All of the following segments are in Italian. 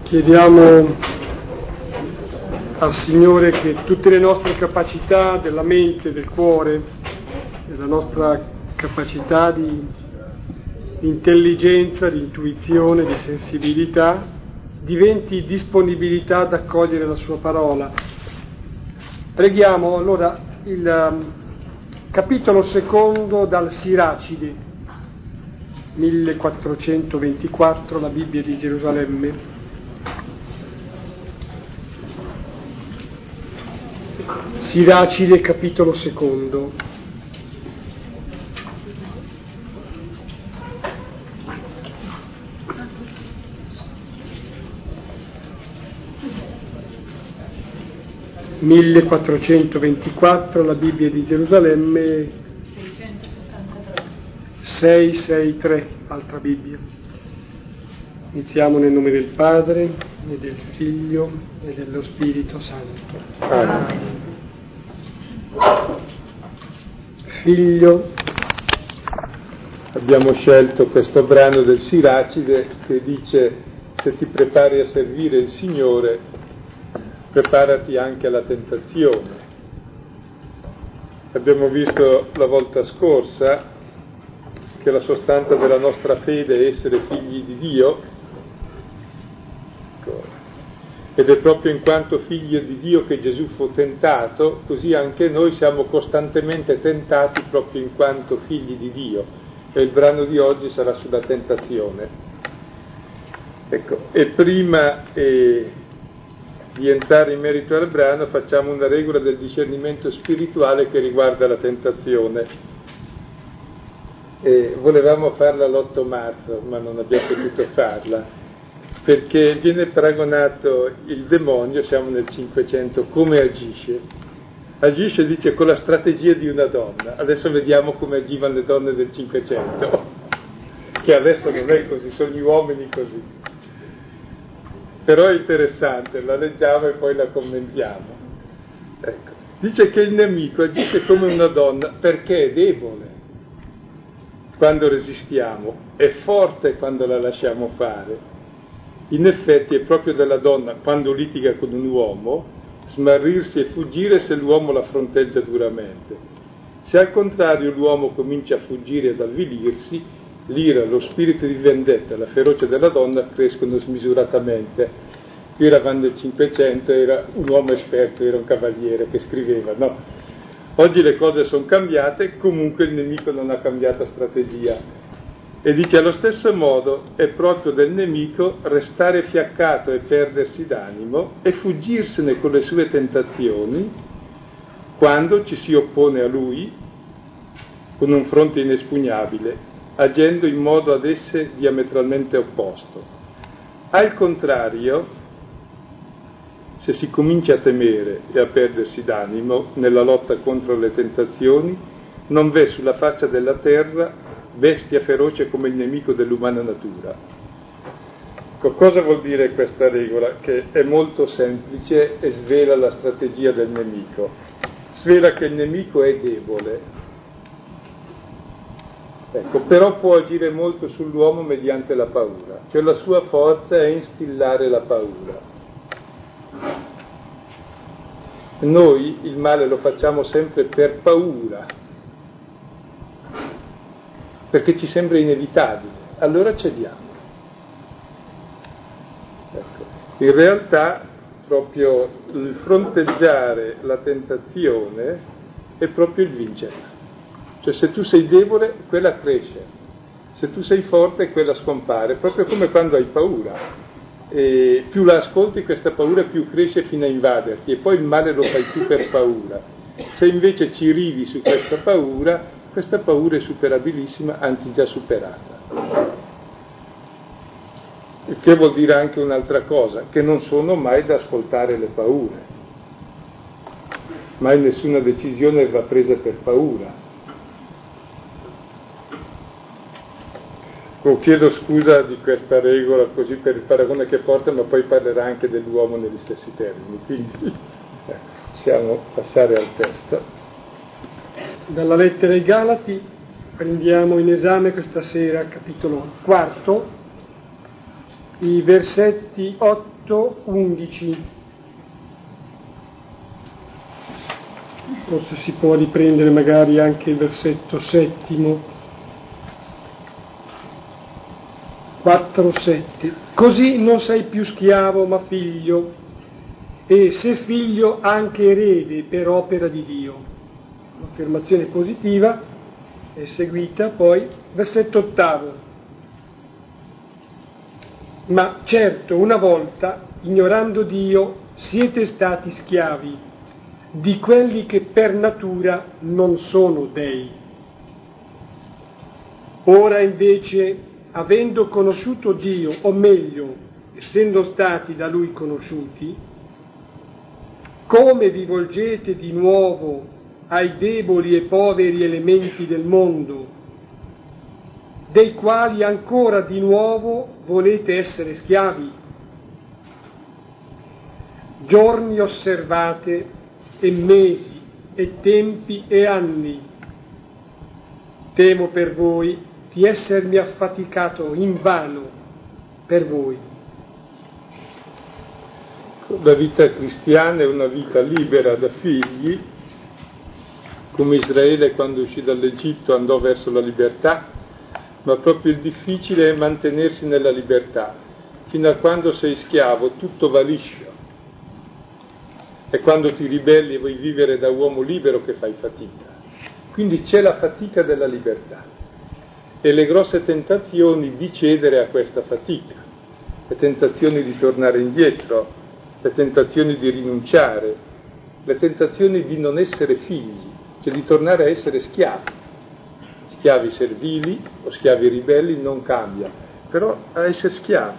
Chiediamo al Signore che tutte le nostre capacità della mente, del cuore, della nostra capacità di intelligenza, di intuizione, di sensibilità, diventi disponibilità ad accogliere la Sua parola. Preghiamo allora il capitolo secondo dal Siracide, 1424, la Bibbia di Gerusalemme. Siracide, capitolo secondo. (1424) la Bibbia di Gerusalemme, 663, altra Bibbia. Iniziamo nel nome del Padre, e del Figlio, e dello Spirito Santo. Amen. Figlio, abbiamo scelto questo brano del Siracide che dice: se ti prepari a servire il Signore, preparati anche alla tentazione. Abbiamo visto la volta scorsa che la sostanza della nostra fede è essere figli di Dio, ed è proprio in quanto figlio di Dio che Gesù fu tentato, così anche noi siamo costantemente tentati proprio in quanto figli di Dio, e il brano di oggi sarà sulla tentazione. Ecco, e prima di entrare in merito al brano facciamo una regola del discernimento spirituale che riguarda la tentazione. Volevamo farla l'8 marzo, ma non abbiamo potuto farla, perché viene paragonato il demonio, siamo nel 500, come agisce. Agisce, dice, con la strategia di una donna. Adesso vediamo come agivano le donne del 500, che adesso non è così, sono gli uomini così. Però è interessante, la leggiamo e poi la commentiamo. Ecco. Dice che il nemico agisce come una donna perché è debole quando resistiamo, è forte quando la lasciamo fare. In effetti è proprio della donna, quando litiga con un uomo, smarrirsi e fuggire se l'uomo la fronteggia duramente. Se al contrario l'uomo comincia a fuggire e ad avvilirsi, l'ira, lo spirito di vendetta e la ferocia della donna crescono smisuratamente. Qui eravamo nel 500, era un uomo esperto, era un cavaliere che scriveva, no? Oggi le cose sono cambiate, comunque il nemico non ha cambiato strategia. E dice: allo stesso modo è proprio del nemico restare fiaccato e perdersi d'animo e fuggirsene con le sue tentazioni quando ci si oppone a lui con un fronte inespugnabile, agendo in modo ad esse diametralmente opposto. Al contrario, se si comincia a temere e a perdersi d'animo nella lotta contro le tentazioni, non v'è sulla faccia della terra bestia feroce come il nemico dell'umana natura. Cosa vuol dire questa regola? Che è molto semplice e svela la strategia del nemico. Svela che il nemico è debole, ecco, però può agire molto sull'uomo mediante la paura, cioè la sua forza è instillare la paura. Noi il male lo facciamo sempre per paura, perché ci sembra inevitabile, allora cediamo. Ecco. In realtà proprio il fronteggiare la tentazione è proprio il vincerla. Cioè se tu sei debole, quella cresce, se tu sei forte, quella scompare, proprio come quando hai paura. E più la ascolti questa paura, più cresce fino a invaderti, e poi il male lo fai tu per paura. Se invece ci rivi su questa paura è superabilissima, anzi già superata. Il che vuol dire anche un'altra cosa, che non sono mai da ascoltare le paure. Mai nessuna decisione va presa per paura. Chiedo scusa di questa regola così per il paragone che porta, ma poi parlerà anche dell'uomo negli stessi termini, quindi possiamo passare al testo. Dalla lettera ai Galati prendiamo in esame questa sera capitolo 4, i versetti 8-11. Forse si può riprendere magari anche il versetto 7. 4-7. Così non sei più schiavo ma figlio, e se figlio anche erede per opera di Dio. Un'affermazione positiva è seguita poi versetto 8. Ma certo una volta, ignorando Dio, siete stati schiavi di quelli che per natura non sono dei. Ora invece, avendo conosciuto Dio, o meglio, essendo stati da Lui conosciuti, come vi volgete di nuovo ai deboli e poveri elementi del mondo, dei quali ancora di nuovo volete essere schiavi? Giorni osservate e mesi e tempi e anni. Temo per voi di essermi affaticato invano per voi. La vita cristiana è una vita libera da figli, come Israele quando uscì dall'Egitto andò verso la libertà, ma proprio il difficile è mantenersi nella libertà. Fino a quando sei schiavo tutto va liscio. È quando ti ribelli e vuoi vivere da uomo libero che fai fatica. Quindi c'è la fatica della libertà e le grosse tentazioni di cedere a questa fatica, le tentazioni di tornare indietro, le tentazioni di rinunciare, le tentazioni di non essere figli, cioè di tornare a essere schiavi. Schiavi servili o schiavi ribelli non cambia, però a essere schiavi.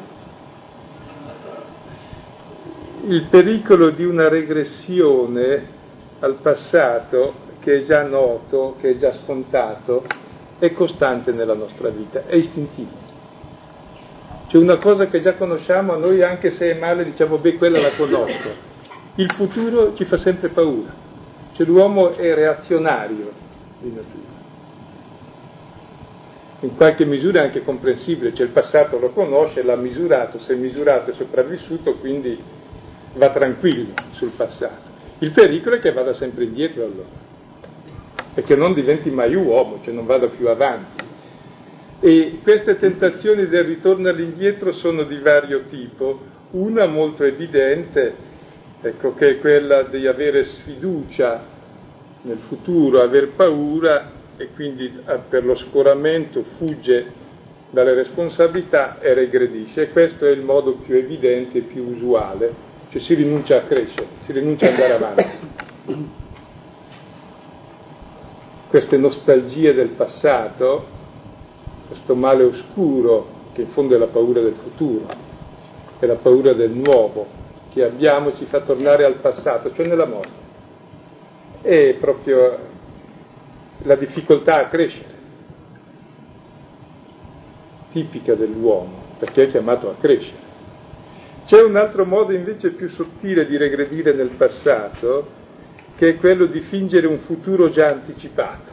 Il pericolo di una regressione al passato, che è già noto, che è già scontato, è costante nella nostra vita, è istintivo. C'è una cosa che già conosciamo, a noi anche se è male diciamo, beh, quella la conosco. Il futuro ci fa sempre paura. Cioè l'uomo è reazionario di natura. In qualche misura è anche comprensibile, cioè il passato lo conosce, l'ha misurato, si è misurato e sopravvissuto, quindi va tranquillo sul passato. Il pericolo è che vada sempre indietro allora, e che non diventi mai uomo, cioè non vada più avanti. E queste tentazioni del ritorno all'indietro sono di vario tipo. Una molto evidente, ecco, che è quella di avere sfiducia nel futuro, aver paura e quindi per lo scoramento fugge dalle responsabilità e regredisce. E questo è il modo più evidente e più usuale, cioè si rinuncia a crescere, si rinuncia ad andare avanti. Queste nostalgie del passato, questo male oscuro che in fondo è la paura del futuro, è la paura del nuovo che abbiamo, ci fa tornare al passato, cioè nella morte. È proprio la difficoltà a crescere, tipica dell'uomo, perché è chiamato a crescere. C'è un altro modo invece più sottile di regredire nel passato, che è quello di fingere un futuro già anticipato.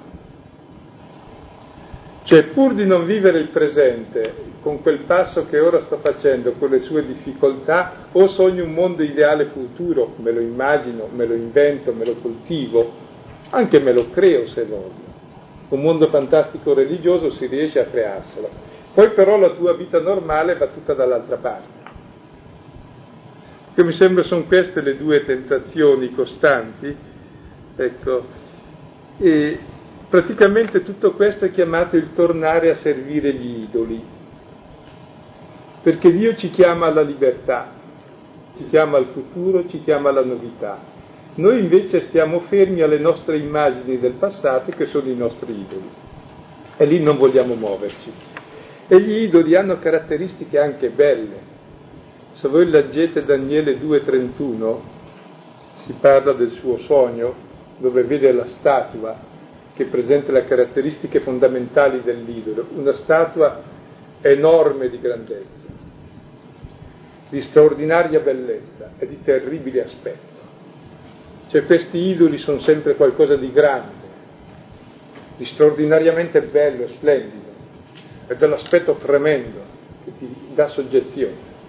Cioè, pur di non vivere il presente con quel passo che ora sto facendo, con le sue difficoltà, o sogno un mondo ideale futuro, me lo immagino, me lo invento, me lo coltivo, anche me lo creo se voglio. Un mondo fantastico religioso si riesce a crearselo. Poi però la tua vita normale va tutta dall'altra parte. Che mi sembra sono queste le due tentazioni costanti, ecco, e praticamente tutto questo è chiamato il tornare a servire gli idoli, perché Dio ci chiama alla libertà, ci chiama al futuro, ci chiama alla novità. Noi invece stiamo fermi alle nostre immagini del passato che sono i nostri idoli, e lì non vogliamo muoverci. E gli idoli hanno caratteristiche anche belle. Se voi leggete Daniele 2,31, si parla del suo sogno, dove vede la statua che presenta le caratteristiche fondamentali dell'idolo, una statua enorme di grandezza, di straordinaria bellezza e di terribile aspetto. Cioè questi idoli sono sempre qualcosa di grande, di straordinariamente bello e splendido, e dell'aspetto tremendo che ti dà soggezione.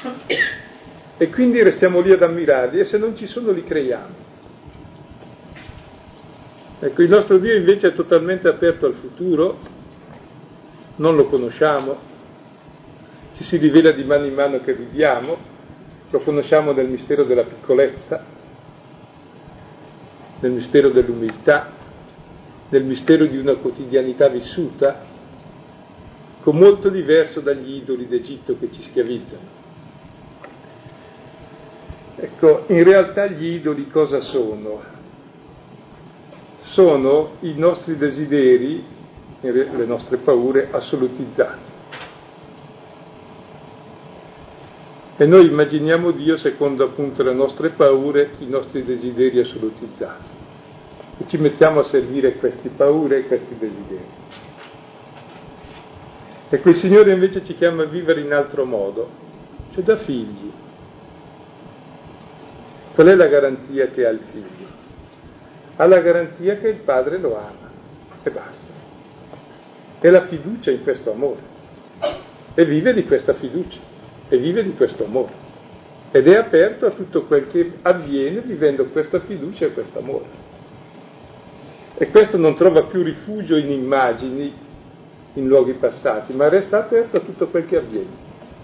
E quindi restiamo lì ad ammirarli, e se non ci sono li creiamo. Ecco, il nostro Dio invece è totalmente aperto al futuro, non lo conosciamo, ci si rivela di mano in mano che viviamo, lo conosciamo nel mistero della piccolezza, nel mistero dell'umiltà, nel mistero di una quotidianità vissuta, con molto diverso dagli idoli d'Egitto che ci schiavizzano. Ecco, in realtà gli idoli cosa sono? Sono i nostri desideri, le nostre paure assolutizzate. E noi immaginiamo Dio secondo appunto le nostre paure, i nostri desideri assolutizzati. E ci mettiamo a servire queste paure e questi desideri. E quel Signore invece ci chiama a vivere in altro modo, cioè da figli. Qual è la garanzia che ha il figlio? Ha la garanzia che il padre lo ama, e basta. E la fiducia in questo amore. E vive di questa fiducia, e vive di questo amore. Ed è aperto a tutto quel che avviene vivendo questa fiducia e questo amore. E questo non trova più rifugio in immagini, in luoghi passati, ma resta aperto a tutto quel che avviene.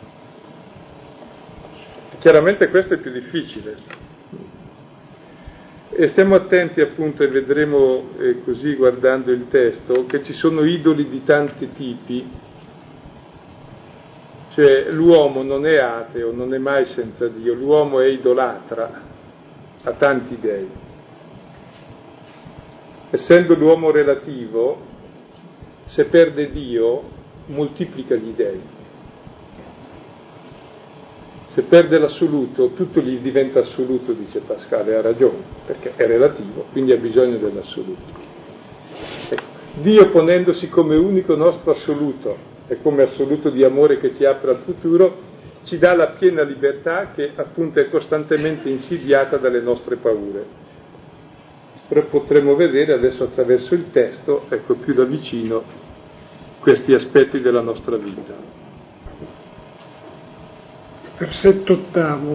Chiaramente questo è più difficile. E stiamo attenti appunto, e vedremo così guardando il testo, che ci sono idoli di tanti tipi, cioè l'uomo non è ateo, non è mai senza Dio, l'uomo è idolatra a tanti dei. Essendo l'uomo relativo, se perde Dio, moltiplica gli dei. Se perde l'assoluto, tutto gli diventa assoluto, dice Pascale, ha ragione, perché è relativo, quindi ha bisogno dell'assoluto. Ecco, Dio ponendosi come unico nostro assoluto e come assoluto di amore che ci apre al futuro, ci dà la piena libertà che appunto è costantemente insidiata dalle nostre paure. Però potremo vedere adesso attraverso il testo, ecco più da vicino, questi aspetti della nostra vita. Versetto 8.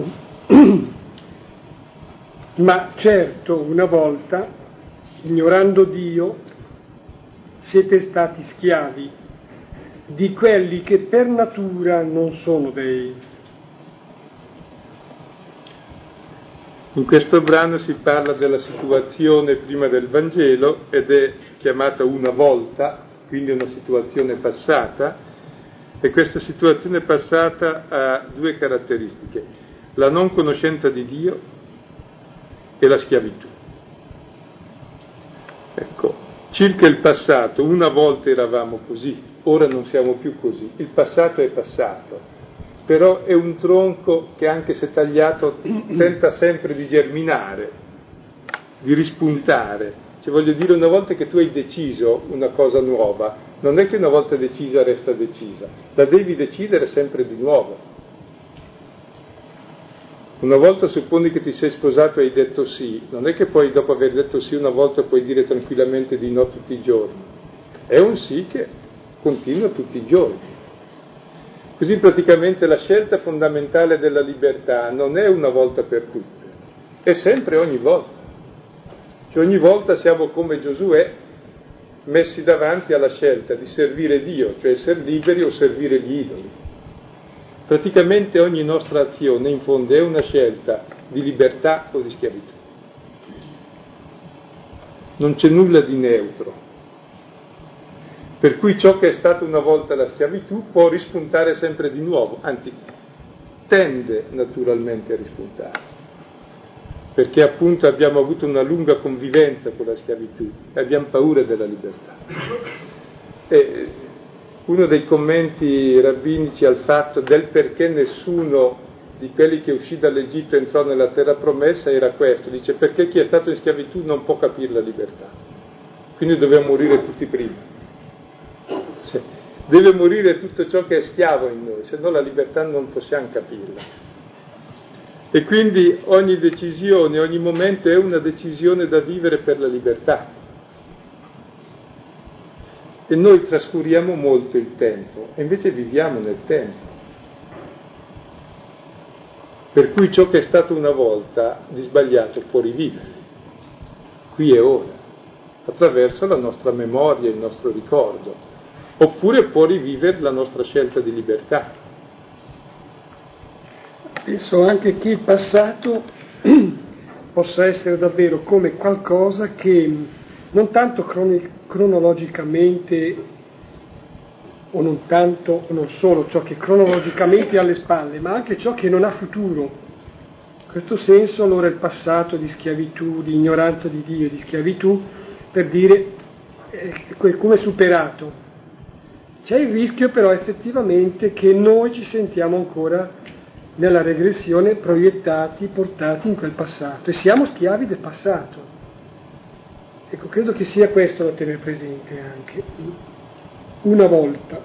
Ma certo, una volta, ignorando Dio, siete stati schiavi di quelli che per natura non sono dei. In questo brano si parla della situazione prima del Vangelo ed è chiamata una volta, quindi una situazione passata, e questa situazione passata ha due caratteristiche: la non conoscenza di Dio e la schiavitù. Ecco, circa il passato, una volta eravamo così, ora non siamo più così, il passato è passato, però è un tronco che anche se tagliato tenta sempre di germinare, di rispuntare. Cioè, voglio dire, una volta che tu hai deciso una cosa nuova, non è che una volta decisa resta decisa, la devi decidere sempre di nuovo. Una volta supponi che ti sei sposato e hai detto sì, non è che poi dopo aver detto sì una volta puoi dire tranquillamente di no tutti i giorni. È un sì che continua tutti i giorni. Così praticamente la scelta fondamentale della libertà non è una volta per tutte, è sempre ogni volta. Cioè ogni volta siamo come Giosuè, messi davanti alla scelta di servire Dio, cioè essere liberi o servire gli idoli. Praticamente ogni nostra azione in fondo è una scelta di libertà o di schiavitù. Non c'è nulla di neutro. Per cui ciò che è stato una volta la schiavitù può rispuntare sempre di nuovo, anzi tende naturalmente a rispuntare. Perché appunto abbiamo avuto una lunga convivenza con la schiavitù e abbiamo paura della libertà. E uno dei commenti rabbinici al fatto del perché nessuno di quelli che uscì dall'Egitto entrò nella terra promessa era questo: dice perché chi è stato in schiavitù non può capire la libertà, quindi dobbiamo morire tutti prima. Cioè, deve morire tutto ciò che è schiavo in noi, se no la libertà non possiamo capirla. E quindi ogni decisione, ogni momento è una decisione da vivere per la libertà. E noi trascuriamo molto il tempo, e invece viviamo nel tempo. Per cui ciò che è stato una volta di sbagliato può rivivere, qui e ora, attraverso la nostra memoria, il nostro ricordo, oppure può rivivere la nostra scelta di libertà. Penso anche che il passato possa essere davvero come qualcosa che non tanto cronologicamente, o non tanto, o non solo ciò che cronologicamente è alle spalle, ma anche ciò che non ha futuro. In questo senso allora il passato di schiavitù, di ignoranza di Dio, di schiavitù, per dire come è superato. C'è il rischio però effettivamente che noi ci sentiamo ancora nella regressione proiettati, portati in quel passato e siamo schiavi del passato. Ecco, credo che sia questo da tenere presente anche. Una volta,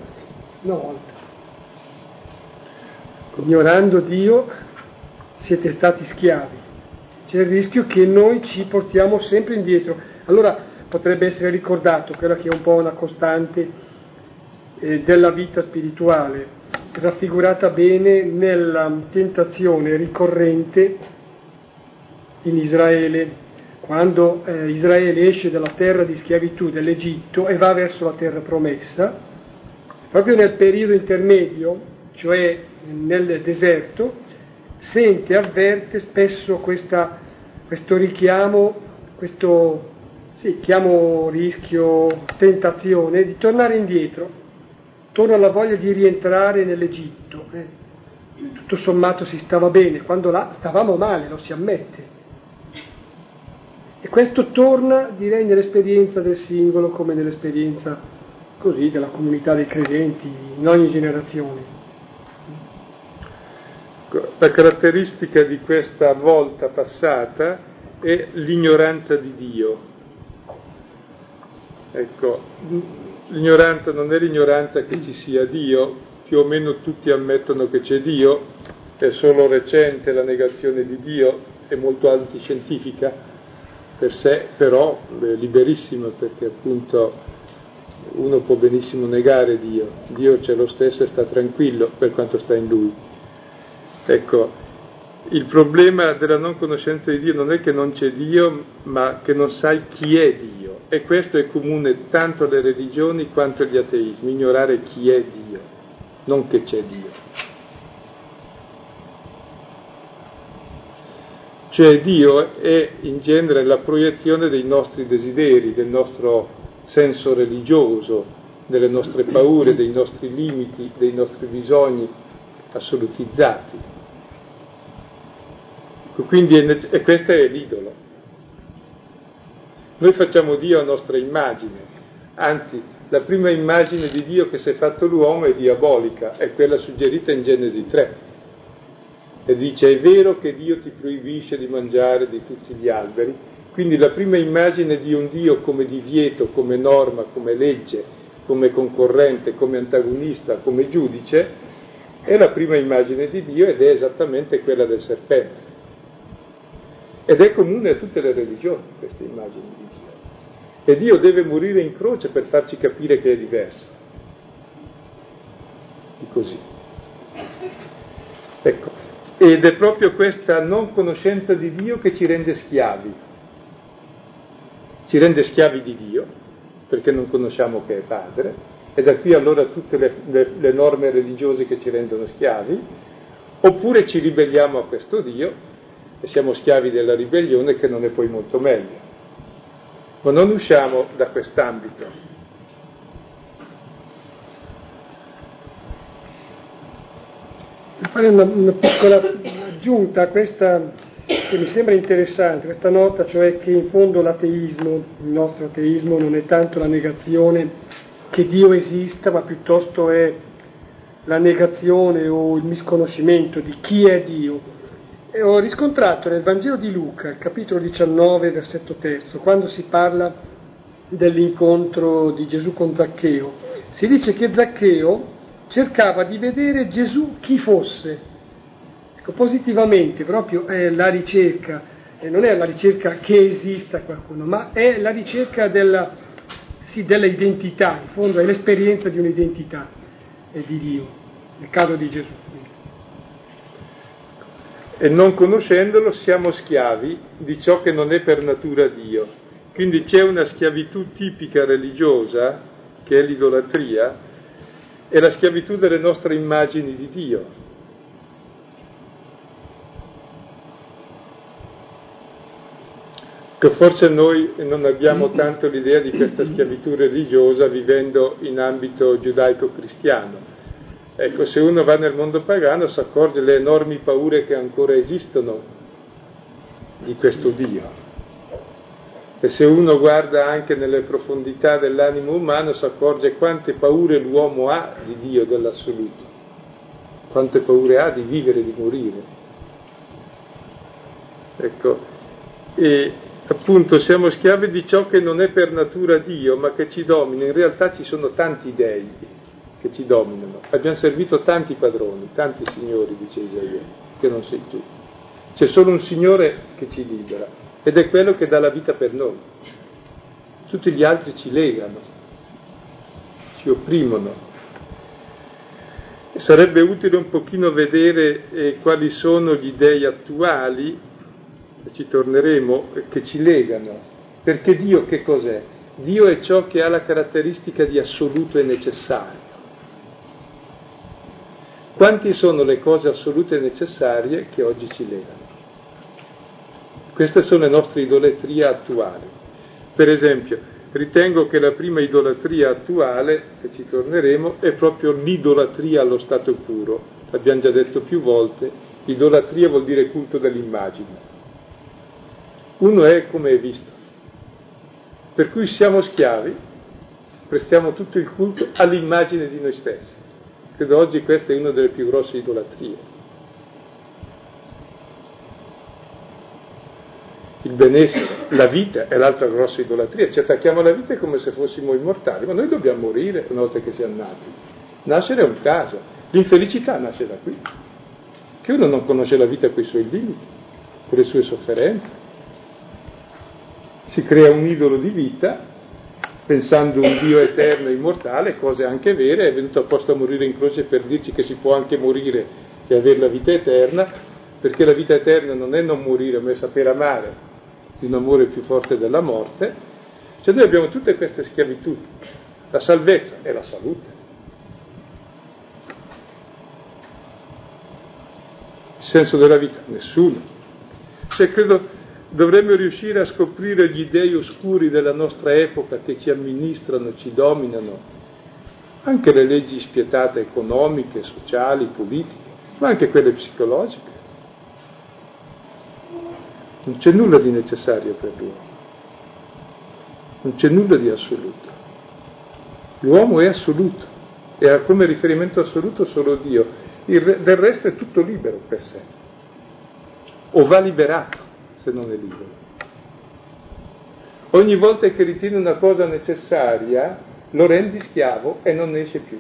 ignorando Dio siete stati schiavi, c'è il rischio che noi ci portiamo sempre indietro. Allora potrebbe essere ricordato quella che è un po' una costante della vita spirituale, raffigurata bene nella tentazione ricorrente in Israele, quando Israele esce dalla terra di schiavitù dell'Egitto e va verso la terra promessa, proprio nel periodo intermedio, cioè nel deserto, sente, avverte spesso questo richiamo, chiamo rischio, tentazione di tornare indietro, torna alla voglia di rientrare nell'Egitto. Tutto sommato si stava bene, quando là stavamo male, lo si ammette. E questo torna, direi, nell'esperienza del singolo come nell'esperienza così della comunità dei credenti in ogni generazione. La caratteristica di questa volta passata è l'ignoranza di Dio. Ecco, l'ignoranza non è l'ignoranza che ci sia Dio, più o meno tutti ammettono che c'è Dio, è solo recente la negazione di Dio, è molto antiscientifica per sé, però è liberissima, perché appunto uno può benissimo negare Dio, Dio c'è lo stesso e sta tranquillo per quanto sta in Lui. Ecco, il problema della non conoscenza di Dio non è che non c'è Dio, ma che non sai chi è Dio, e questo è comune tanto alle religioni quanto agli ateismi, ignorare chi è Dio, non che c'è Dio. Cioè Dio è in genere la proiezione dei nostri desideri, del nostro senso religioso, delle nostre paure, dei nostri limiti, dei nostri bisogni assolutizzati. Quindi e questo è l'idolo. Noi facciamo Dio a nostra immagine, anzi la prima immagine di Dio che si è fatto l'uomo è diabolica, è quella suggerita in Genesi 3. E dice: è vero che Dio ti proibisce di mangiare di tutti gli alberi, quindi la prima immagine di un Dio come divieto, come norma, come legge, come concorrente, come antagonista, come giudice, è la prima immagine di Dio ed è esattamente quella del serpente. Ed è comune a tutte le religioni queste immagini di Dio. E Dio deve morire in croce per farci capire che è diverso. Di così. Ecco. Ed è proprio questa non conoscenza di Dio che ci rende schiavi. Ci rende schiavi di Dio, perché non conosciamo che è Padre, e da qui allora tutte le norme religiose che ci rendono schiavi, oppure ci ribelliamo a questo Dio e siamo schiavi della ribellione, che non è poi molto meglio. Ma non usciamo da quest'ambito. Per fare una piccola aggiunta a questa che mi sembra interessante, questa nota, cioè che in fondo l'ateismo, il nostro ateismo, non è tanto la negazione che Dio esista, ma piuttosto è la negazione o il misconoscimento di chi è Dio. E ho riscontrato nel Vangelo di Luca, il capitolo 19, versetto 3, quando si parla dell'incontro di Gesù con Zaccheo, si dice che Zaccheo cercava di vedere Gesù chi fosse. Ecco, positivamente proprio è la ricerca, non è la ricerca che esista qualcuno, ma è la ricerca della identità, in fondo è l'esperienza di un'identità di Dio, nel caso di Gesù. E non conoscendolo siamo schiavi di ciò che non è per natura Dio. Quindi c'è una schiavitù tipica religiosa, che è l'idolatria, e la schiavitù delle nostre immagini di Dio. Che forse noi non abbiamo tanto l'idea di questa schiavitù religiosa vivendo in ambito giudaico-cristiano. Ecco, se uno va nel mondo pagano si accorge delle enormi paure che ancora esistono di questo Dio. E se uno guarda anche nelle profondità dell'animo umano si accorge quante paure l'uomo ha di Dio, dell'assoluto, quante paure ha di vivere e di morire. Ecco, e appunto siamo schiavi di ciò che non è per natura Dio, ma che ci domina. In realtà ci sono tanti dei che ci dominano. Abbiamo servito tanti padroni, tanti signori, dice Isaia, che non sei tu. C'è solo un Signore che ci libera, ed è quello che dà la vita per noi. Tutti gli altri ci legano, ci opprimono. E sarebbe utile un pochino vedere quali sono gli dei attuali, ci torneremo, che ci legano. Perché Dio che cos'è? Dio è ciò che ha la caratteristica di assoluto e necessario. Quanti sono le cose assolute e necessarie che oggi ci legano? Queste sono le nostre idolatrie attuali. Per esempio, ritengo che la prima idolatria attuale, e ci torneremo, è proprio l'idolatria allo stato puro. L'abbiamo già detto più volte, idolatria vuol dire culto dell'immagine. Uno è come è visto. Per cui siamo schiavi, prestiamo tutto il culto all'immagine di noi stessi. Credo oggi questa è una delle più grosse idolatrie. Il benessere, la vita è l'altra grossa idolatria. Ci attacchiamo alla vita come se fossimo immortali, ma noi dobbiamo morire una volta che siamo nati. Nascere è un caso, l'infelicità nasce da qui, che uno non conosce la vita con i suoi limiti, con le sue sofferenze. Si crea un idolo di vita, pensando un Dio eterno e immortale, cose anche vere, è venuto apposta a morire in croce per dirci che si può anche morire e avere la vita eterna, perché la vita eterna non è non morire, ma è sapere amare, di un amore più forte della morte. Cioè noi abbiamo tutte queste schiavitù. La salvezza è la salute. Il senso della vita? Nessuno. Cioè credo dovremmo riuscire a scoprire gli dei oscuri della nostra epoca che ci amministrano, ci dominano, anche le leggi spietate economiche, sociali, politiche, ma anche quelle psicologiche. Non c'è nulla di necessario per l'uomo, non c'è nulla di assoluto. L'uomo è assoluto e ha come riferimento assoluto solo Dio. Del resto è tutto libero per sé, o va liberato se non è libero. Ogni volta che ritieni una cosa necessaria lo rendi schiavo e non ne esce più.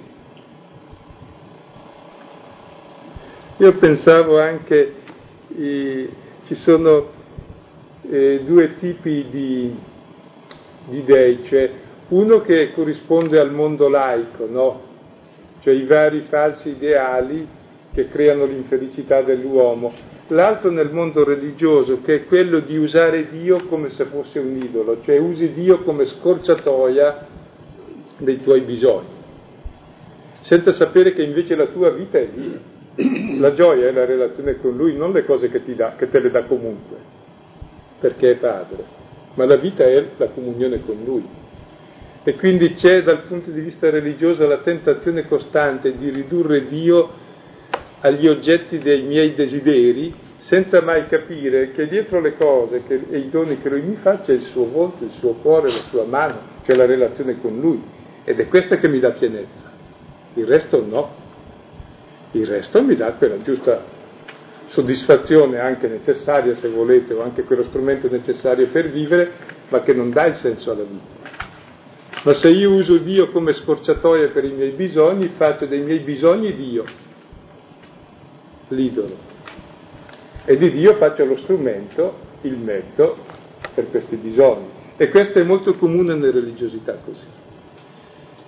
Io pensavo anche, ci sono due tipi di dei, cioè uno che corrisponde al mondo laico, no? Cioè i vari falsi ideali che creano l'infelicità dell'uomo. L'altro nel mondo religioso, che è quello di usare Dio come se fosse un idolo, cioè usi Dio come scorciatoia dei tuoi bisogni, senza sapere che invece la tua vita è Dio. La gioia è la relazione con Lui, non le cose che ti dà, che te le dà comunque, perché è Padre, ma la vita è la comunione con Lui. E quindi c'è dal punto di vista religioso la tentazione costante di ridurre Dio agli oggetti dei miei desideri, senza mai capire che dietro le cose e i doni che Lui mi fa c'è il suo volto, il suo cuore, la sua mano, c'è la relazione con Lui. Ed è questa che mi dà pienezza. Il resto no. Il resto mi dà quella giusta soddisfazione, anche necessaria se volete, o anche quello strumento necessario per vivere, ma che non dà il senso alla vita. Ma se io uso Dio come scorciatoia per i miei bisogni, faccio dei miei bisogni Dio, l'idolo, e di Dio faccio lo strumento, il mezzo per questi bisogni. E questo è molto comune nelle religiosità così.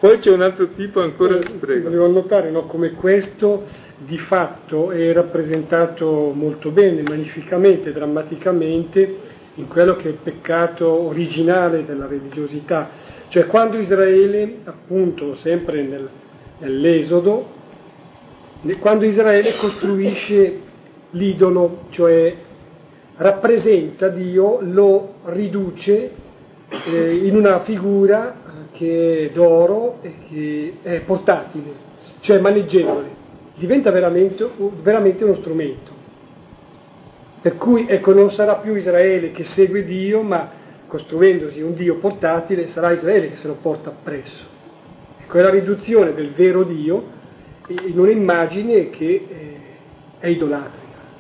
Poi c'è un altro tipo ancora, prego. Volevo notare, no, come questo di fatto è rappresentato molto bene, magnificamente, drammaticamente, in quello che è il peccato originale della religiosità. Cioè quando Israele, appunto, sempre nell'Esodo, quando Israele costruisce l'idolo, cioè rappresenta Dio, lo riduce in una figura che è d'oro e che è portatile, cioè maneggevole, diventa veramente uno strumento. Per cui ecco, non sarà più Israele che segue Dio, ma costruendosi un Dio portatile sarà Israele che se lo porta appresso. Ecco, è la riduzione del vero Dio in un'immagine che è idolatrica.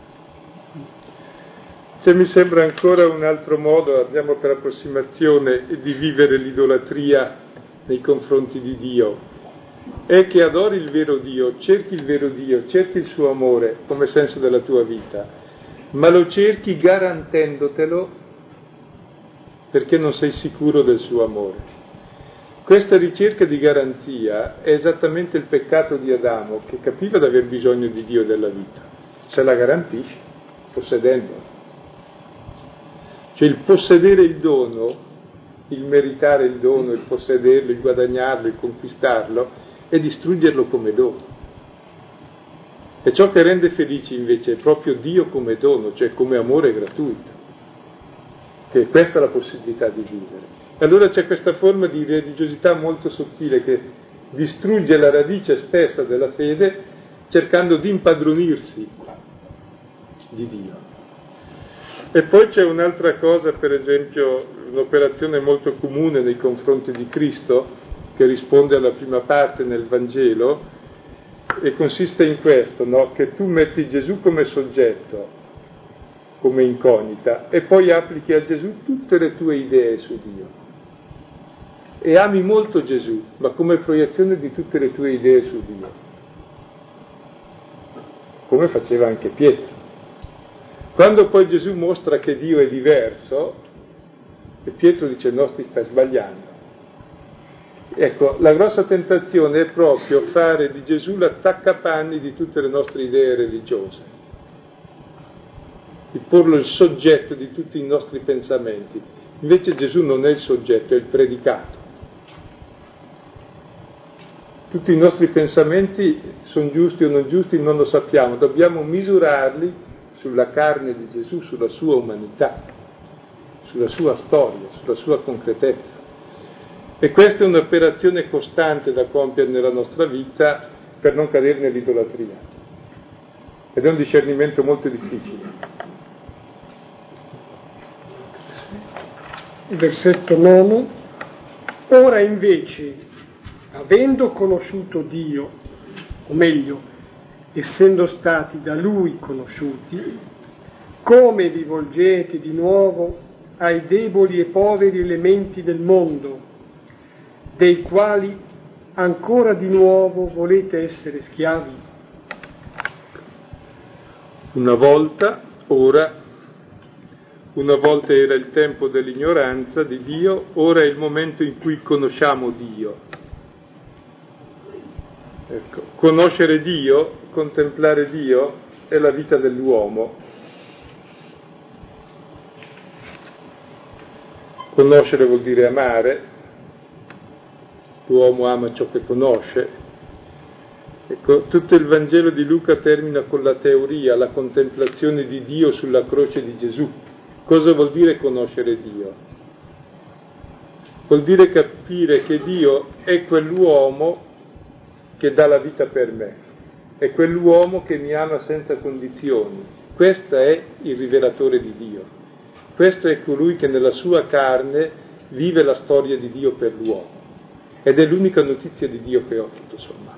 Se mi sembra ancora un altro modo, andiamo per approssimazione, di vivere l'idolatria nei confronti di Dio, è che adori il vero Dio, cerchi il suo amore come senso della tua vita, ma lo cerchi garantendotelo perché non sei sicuro del suo amore. Questa ricerca di garanzia è esattamente il peccato di Adamo, che capiva di aver bisogno di Dio e della vita, se la garantisce, possedendolo. Cioè il possedere il dono, il meritare il dono, il possederlo, il guadagnarlo, il conquistarlo, è distruggerlo come dono. E ciò che rende felici invece è proprio Dio come dono, cioè come amore gratuito, che questa è la possibilità di vivere. E allora c'è questa forma di religiosità molto sottile che distrugge la radice stessa della fede cercando di impadronirsi di Dio. E poi c'è un'altra cosa, per esempio, un'operazione molto comune nei confronti di Cristo, che risponde alla prima parte nel Vangelo, e consiste in questo, no? Che tu metti Gesù come soggetto, come incognita, e poi applichi a Gesù tutte le tue idee su Dio. E ami molto Gesù, ma come proiezione di tutte le tue idee su Dio. Come faceva anche Pietro. Quando poi Gesù mostra che Dio è diverso, e Pietro dice no, ti stai sbagliando. Ecco, la grossa tentazione è proprio fare di Gesù l'attaccapanni di tutte le nostre idee religiose, di porlo il soggetto di tutti i nostri pensamenti. Invece Gesù non è il soggetto, è il predicato. Tutti i nostri pensamenti sono giusti o non giusti non lo sappiamo, dobbiamo misurarli sulla carne di Gesù, sulla sua umanità, sulla sua storia, sulla sua concretezza. E questa è un'operazione costante da compiere nella nostra vita per non cadere nell'idolatria. Ed è un discernimento molto difficile. Il versetto 9. Ora invece, avendo conosciuto Dio, o meglio, essendo stati da Lui conosciuti, come vi volgete di nuovo ai deboli e poveri elementi del mondo, dei quali ancora di nuovo volete essere schiavi? Una volta era il tempo dell'ignoranza di Dio, ora è il momento in cui conosciamo Dio. Ecco, conoscere Dio, contemplare Dio, è la vita dell'uomo. Conoscere vuol dire amare, l'uomo ama ciò che conosce. Ecco, tutto il Vangelo di Luca termina con la teoria, la contemplazione di Dio sulla croce di Gesù. Cosa vuol dire conoscere Dio? Vuol dire capire che Dio è quell'uomo che dà la vita per me, è quell'uomo che mi ama senza condizioni. Questo è il rivelatore di Dio. Questo è colui che nella sua carne vive la storia di Dio per l'uomo. Ed è l'unica notizia di Dio che ho, tutto sommato.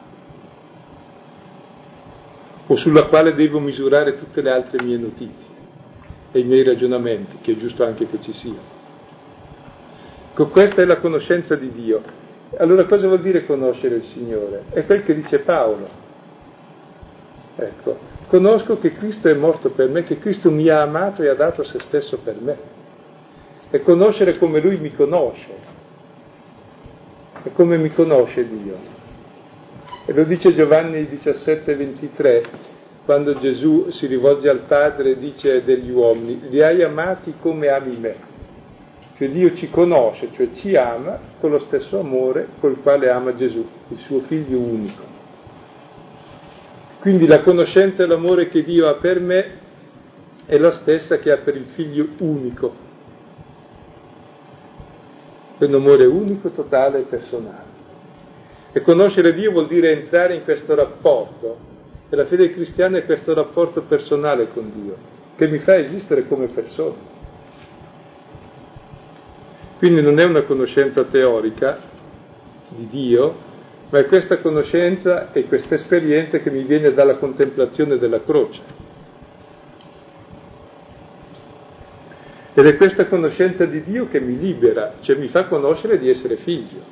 O sulla quale devo misurare tutte le altre mie notizie e i miei ragionamenti, che è giusto anche che ci siano. Questa è la conoscenza di Dio. Allora cosa vuol dire conoscere il Signore? È quel che dice Paolo. Ecco, conosco che Cristo è morto per me, che Cristo mi ha amato e ha dato se stesso per me. E conoscere come Lui mi conosce. E come mi conosce Dio? E lo dice Giovanni 17,23, quando Gesù si rivolge al Padre e dice degli uomini: li hai amati come ami me. Cioè Dio ci conosce, cioè ci ama con lo stesso amore col quale ama Gesù, il suo figlio unico. Quindi la conoscenza e l'amore che Dio ha per me è la stessa che ha per il figlio unico. È un amore unico, totale e personale. E conoscere Dio vuol dire entrare in questo rapporto, e la fede cristiana è questo rapporto personale con Dio, che mi fa esistere come persona. Quindi non è una conoscenza teorica di Dio, ma è questa conoscenza e questa esperienza che mi viene dalla contemplazione della croce. Ed è questa conoscenza di Dio che mi libera, cioè mi fa conoscere di essere figlio,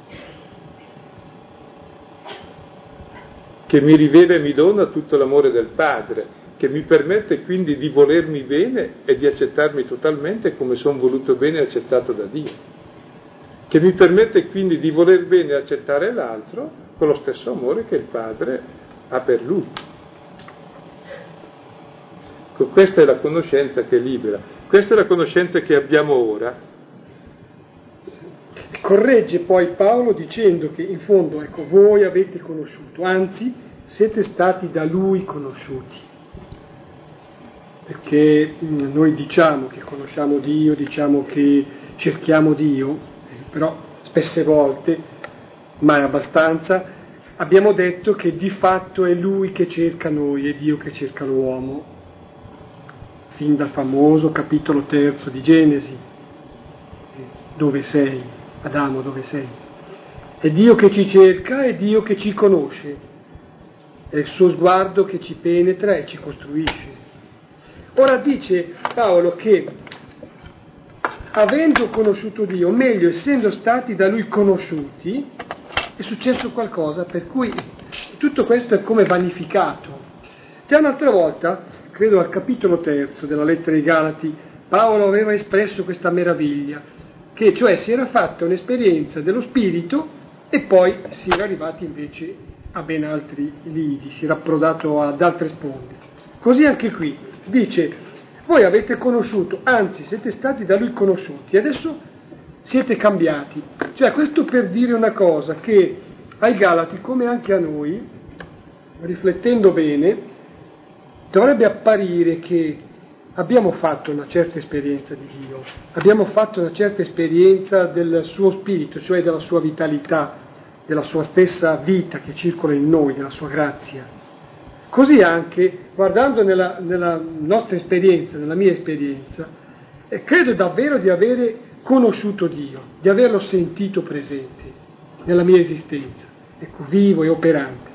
che mi rivela e mi dona tutto l'amore del Padre, che mi permette quindi di volermi bene e di accettarmi totalmente come sono voluto bene e accettato da Dio, che mi permette quindi di voler bene e accettare l'altro con lo stesso amore che il Padre ha per lui. Questa è la conoscenza che libera, questa è la conoscenza che abbiamo ora. Corregge poi Paolo dicendo che in fondo, ecco, voi avete conosciuto, anzi siete stati da lui conosciuti. Perché noi diciamo che conosciamo Dio, diciamo che cerchiamo Dio, però spesse volte, mai abbastanza, abbiamo detto che di fatto è Lui che cerca noi, è Dio che cerca l'uomo, fin dal famoso capitolo 3 di Genesi, dove sei, Adamo, dove sei? È Dio che ci cerca, è Dio che ci conosce, è il suo sguardo che ci penetra e ci costruisce. Ora dice Paolo che avendo conosciuto Dio, o meglio essendo stati da Lui conosciuti, è successo qualcosa per cui tutto questo è come vanificato. Già un'altra volta, credo al capitolo 3 della lettera ai Galati, Paolo aveva espresso questa meraviglia, che cioè si era fatta un'esperienza dello Spirito e poi si era arrivati invece a ben altri lidi, si era approdato ad altre sponde. Così anche qui dice: voi avete conosciuto, anzi siete stati da Lui conosciuti, adesso siete cambiati. Cioè questo per dire una cosa, che ai Galati, come anche a noi, riflettendo bene, dovrebbe apparire che abbiamo fatto una certa esperienza di Dio, abbiamo fatto una certa esperienza del suo spirito, cioè della sua vitalità, della sua stessa vita che circola in noi, della sua grazia. Così anche, guardando nella nostra esperienza, nella mia esperienza, credo davvero di avere conosciuto Dio, di averlo sentito presente nella mia esistenza, ecco, vivo e operante.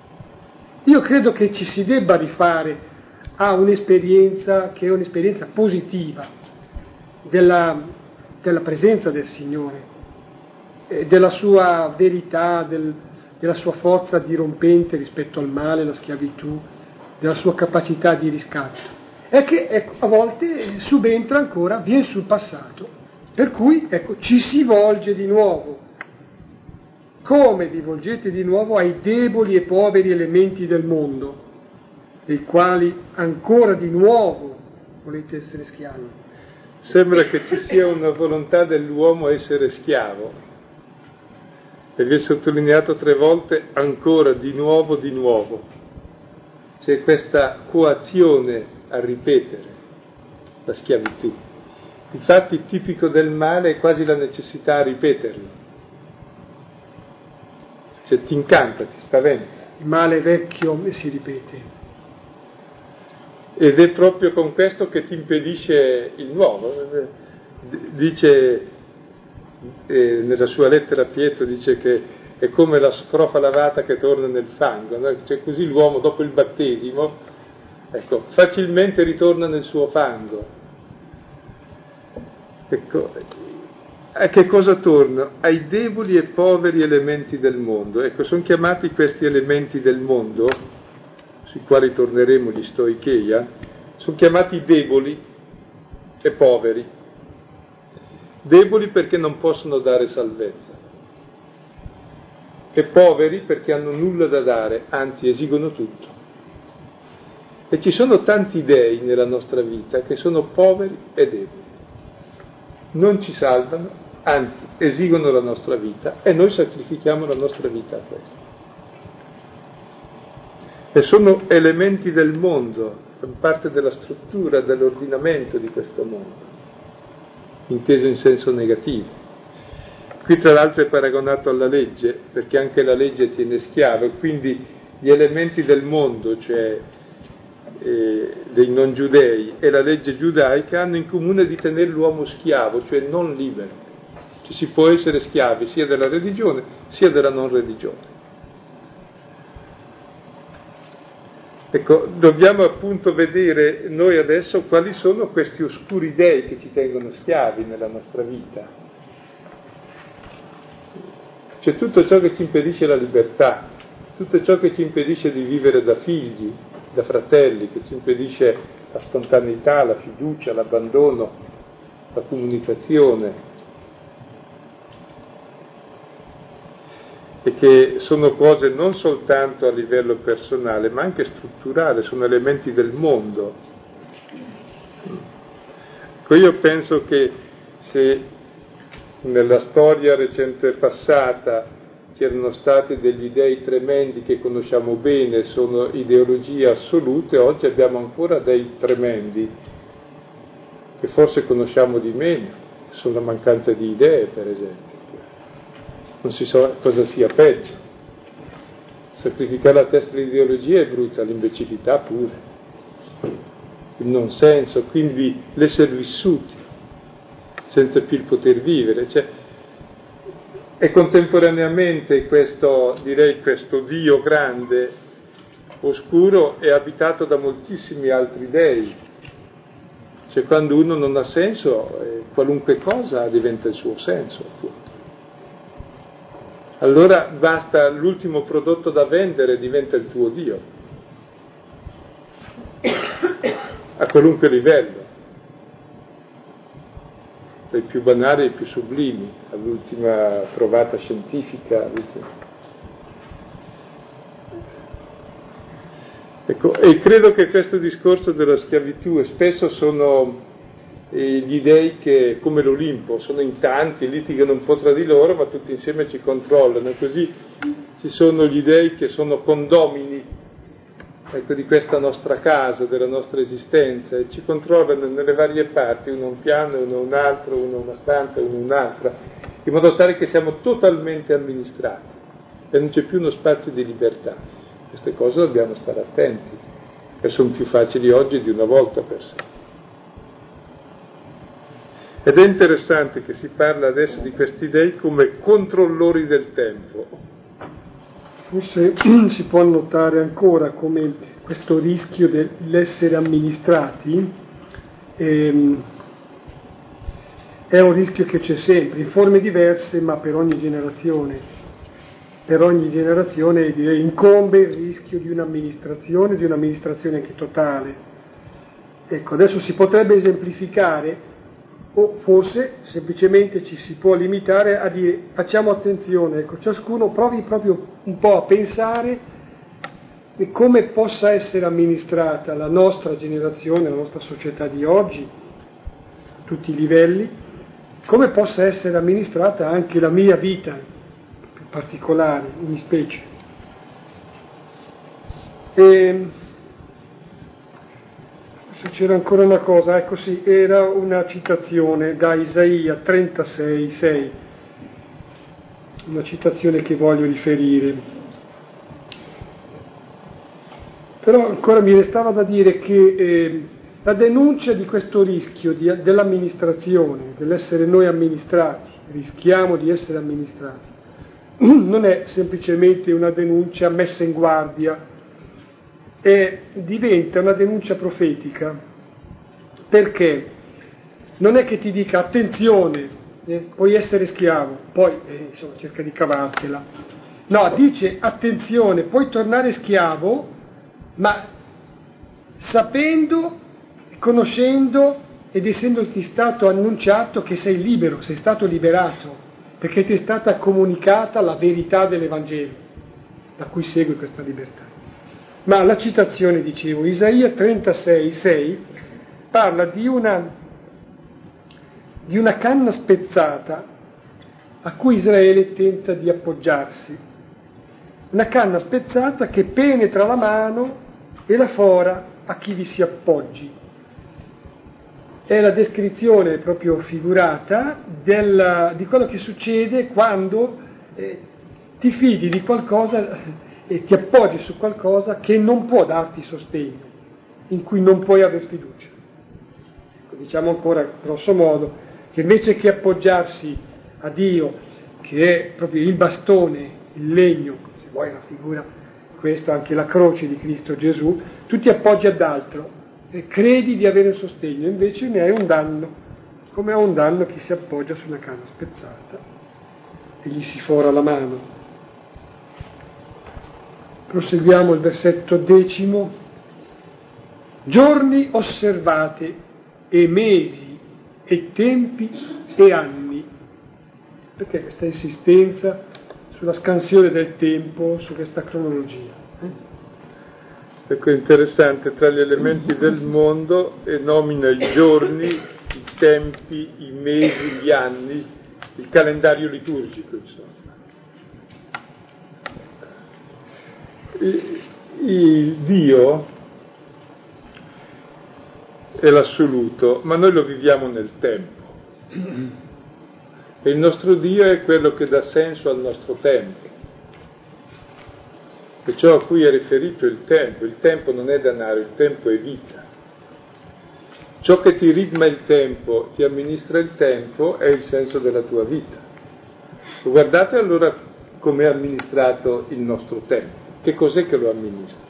Io credo che ci si debba rifare a un'esperienza che è un'esperienza positiva della presenza del Signore, della sua verità, della sua forza dirompente rispetto al male, alla schiavitù, della sua capacità di riscatto. È che ecco, a volte subentra ancora, viene sul passato, per cui ecco, ci si volge di nuovo. Come vi volgete di nuovo ai deboli e poveri elementi del mondo, dei quali ancora di nuovo volete essere schiavi? Sembra che ci sia una volontà dell'uomo essere schiavo, e vi è sottolineato 3 volte ancora, di nuovo, di nuovo. C'è questa coazione a ripetere la schiavitù. Infatti tipico del male è quasi la necessità a ripeterlo. Cioè ti incanta, ti spaventa. Il male vecchio si ripete. Ed è proprio con questo che ti impedisce il nuovo. Dice, nella sua lettera a Pietro, dice che è come la scrofa lavata che torna nel fango, no? Cioè così l'uomo dopo il battesimo, ecco, facilmente ritorna nel suo fango. Ecco, a che cosa torna? Ai deboli e poveri elementi del mondo. Ecco, sono chiamati questi elementi del mondo, sui quali torneremo, gli stoicheia, sono chiamati deboli e poveri. Deboli perché non possono dare salvezza. e poveri perché hanno nulla da dare, anzi esigono tutto. E ci sono tanti dei nella nostra vita che sono poveri e deboli, non ci salvano, anzi esigono la nostra vita e noi sacrifichiamo la nostra vita a questo. E sono elementi del mondo, fanno parte della struttura, dell'ordinamento di questo mondo, inteso in senso negativo. Qui tra l'altro è paragonato alla legge, perché anche la legge tiene schiavo, e quindi gli elementi del mondo, cioè dei non giudei, e la legge giudaica hanno in comune di tenere l'uomo schiavo, cioè non libero. Ci si può essere schiavi sia della religione sia della non religione. Ecco, dobbiamo appunto vedere noi adesso quali sono questi oscuri dei che ci tengono schiavi nella nostra vita. C'è tutto ciò che ci impedisce la libertà, tutto ciò che ci impedisce di vivere da figli, da fratelli, che ci impedisce la spontaneità, la fiducia, l'abbandono, la comunicazione, e che sono cose non soltanto a livello personale, ma anche strutturale, sono elementi del mondo. Ecco, io penso che se nella storia recente passata c'erano stati degli dei tremendi che conosciamo bene, sono ideologie assolute, oggi abbiamo ancora dei tremendi che forse conosciamo di meno, sono la mancanza di idee, per esempio. Non si sa cosa sia peggio. Sacrificare la testa dell'ideologia è brutta, l'imbecillità pure, il non senso, quindi l'essere vissuti senza più il poter vivere. Cioè, e contemporaneamente questo Dio grande, oscuro, è abitato da moltissimi altri dei. Cioè, quando uno non ha senso, qualunque cosa diventa il suo senso, appunto. Allora basta, l'ultimo prodotto da vendere diventa il tuo Dio, a qualunque livello, dai più banali ai più sublimi, all'ultima trovata scientifica. Ecco, e credo che questo discorso della schiavitù, e spesso sono gli dei che, come l'Olimpo, sono in tanti, litigano un po' tra di loro, ma tutti insieme ci controllano, così ci sono gli dei che sono condomini, ecco, di questa nostra casa, della nostra esistenza, e ci controllano nelle varie parti, uno un piano, uno un altro, uno una stanza, uno un'altra, in modo tale che siamo totalmente amministrati e non c'è più uno spazio di libertà. Queste cose dobbiamo stare attenti, e sono più facili oggi di una volta per sé. Ed è interessante che si parla adesso di questi dei come controllori del tempo. Forse si può notare ancora come questo rischio dell'essere amministrati è un rischio che c'è sempre, in forme diverse, ma per ogni generazione. Per ogni generazione incombe il rischio di un'amministrazione anche totale. Ecco, adesso si potrebbe esemplificare, o forse semplicemente ci si può limitare a dire facciamo attenzione, ecco, ciascuno provi proprio un po' a pensare di come possa essere amministrata la nostra generazione, la nostra società di oggi, a tutti i livelli, come possa essere amministrata anche la mia vita, più particolare, in specie. Se c'era ancora una cosa, ecco sì, era una citazione da Isaia 36,6, una citazione che voglio riferire. Però ancora mi restava da dire che la denuncia di questo rischio dell'amministrazione, dell'essere noi amministrati, rischiamo di essere amministrati, non è semplicemente una denuncia messa in guardia, diventa una denuncia profetica, perché non è che ti dica attenzione, puoi essere schiavo, poi insomma cerca di cavartela, no, dice attenzione, puoi tornare schiavo, ma sapendo, conoscendo ed essendoti stato annunciato che sei libero, sei stato liberato, perché ti è stata comunicata la verità dell'Evangelo, da cui segue questa libertà. Ma la citazione, dicevo, Isaia 36,6 parla di una canna spezzata a cui Israele tenta di appoggiarsi. Una canna spezzata che penetra la mano e la fora a chi vi si appoggi. È la descrizione proprio figurata di quello che succede quando ti fidi di qualcosa e ti appoggi su qualcosa che non può darti sostegno, in cui non puoi avere fiducia. Ecco, diciamo ancora grosso modo che invece che appoggiarsi a Dio, che è proprio il bastone, il legno, se vuoi la figura, questa anche la croce di Cristo Gesù, tu ti appoggi ad altro e credi di avere un sostegno, invece ne hai un danno, come ha un danno chi si appoggia su una canna spezzata e gli si fora la mano. Proseguiamo il versetto 10. Giorni osservate e mesi e tempi e anni. Perché questa insistenza sulla scansione del tempo, su questa cronologia? Ecco, interessante, tra gli elementi del mondo nomina i giorni, i tempi, i mesi, gli anni, il calendario liturgico, insomma. Il Dio è l'assoluto, ma noi lo viviamo nel tempo. E il nostro Dio è quello che dà senso al nostro tempo. E ciò a cui è riferito il tempo non è denaro, il tempo è vita. Ciò che ti ritma il tempo, ti amministra il tempo, è il senso della tua vita. Guardate allora come è amministrato il nostro tempo. Che cos'è che lo amministra?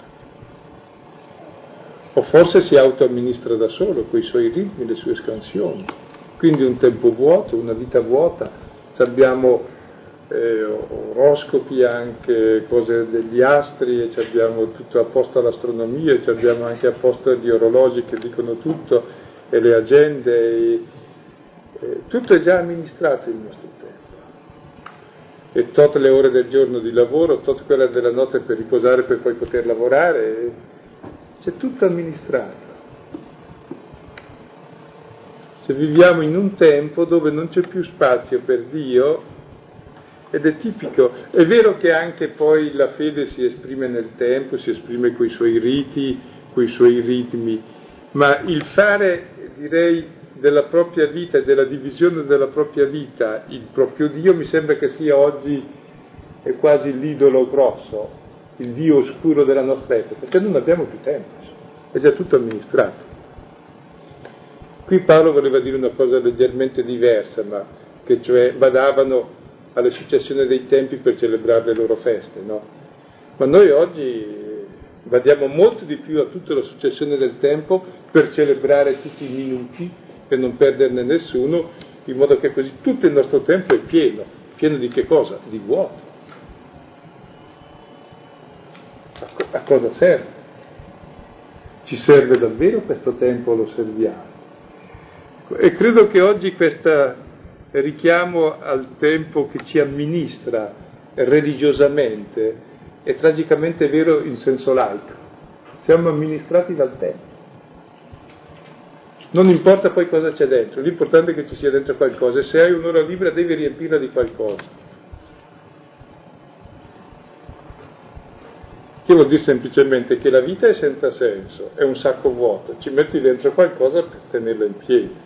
O forse si autoamministra da solo, con i suoi ritmi, le sue scansioni. Quindi un tempo vuoto, una vita vuota, abbiamo oroscopi, anche cose degli astri, e abbiamo tutto apposta l'astronomia, e abbiamo anche apposta gli orologi che dicono tutto, e le agende, tutto è già amministrato il nostro tempo. E tot le ore del giorno di lavoro, tot quelle della notte per riposare per poi poter lavorare, c'è tutto amministrato. Se viviamo in un tempo dove non c'è più spazio per Dio, ed è tipico, è vero che anche poi la fede si esprime nel tempo, si esprime coi suoi riti, coi suoi ritmi, ma il fare, direi, della propria vita e della divisione della propria vita il proprio Dio mi sembra che sia oggi è quasi l'idolo grosso, il Dio oscuro della nostra epoca, perché non abbiamo più tempo, è già tutto amministrato. Qui Paolo voleva dire una cosa leggermente diversa, ma che cioè badavano alle successioni dei tempi per celebrare le loro feste, no? Ma noi oggi badiamo molto di più a tutta la successione del tempo per celebrare tutti i minuti, per non perderne nessuno, in modo che così tutto il nostro tempo è pieno. Pieno di che cosa? Di vuoto. A cosa serve? Ci serve davvero questo tempo, lo serviamo? E credo che oggi questo richiamo al tempo che ci amministra religiosamente è tragicamente vero in senso laico. Siamo amministrati dal tempo. Non importa poi cosa c'è dentro, l'importante è che ci sia dentro qualcosa, e se hai un'ora libera devi riempirla di qualcosa. Che vuol dire semplicemente che la vita è senza senso, è un sacco vuoto, ci metti dentro qualcosa per tenerla in piedi.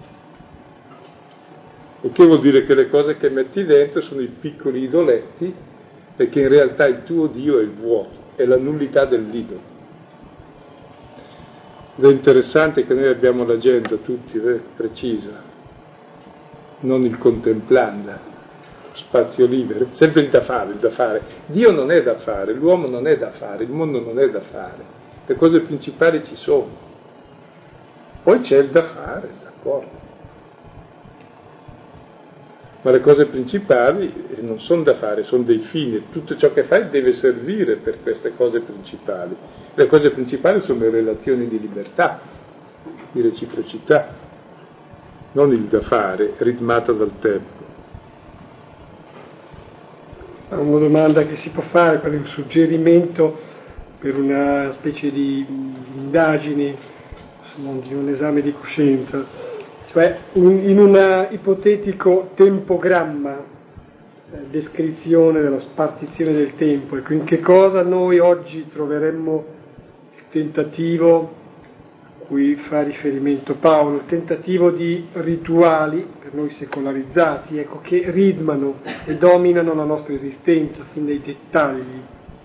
E che vuol dire che le cose che metti dentro sono i piccoli idoletti, e che in realtà il tuo Dio è il vuoto, è la nullità dell'idolo. Ed è interessante che noi abbiamo l'agenda tutti precisa, non il contemplanda, spazio libero, sempre il da fare. Dio non è da fare, l'uomo non è da fare, il mondo non è da fare, le cose principali ci sono. Poi c'è il da fare, d'accordo. Ma le cose principali non sono da fare, sono dei fini. Tutto ciò che fai deve servire per queste cose principali. Le cose principali sono le relazioni di libertà, di reciprocità, non il da fare, ritmato dal tempo. una domanda che si può fare, quasi un suggerimento per una specie di indagine, di un esame di coscienza, cioè in un ipotetico tempogramma, descrizione della spartizione del tempo, ecco, in che cosa noi oggi troveremmo il tentativo a cui fa riferimento Paolo, il tentativo di rituali per noi secolarizzati, ecco, che ritmano e dominano la nostra esistenza fin nei dettagli.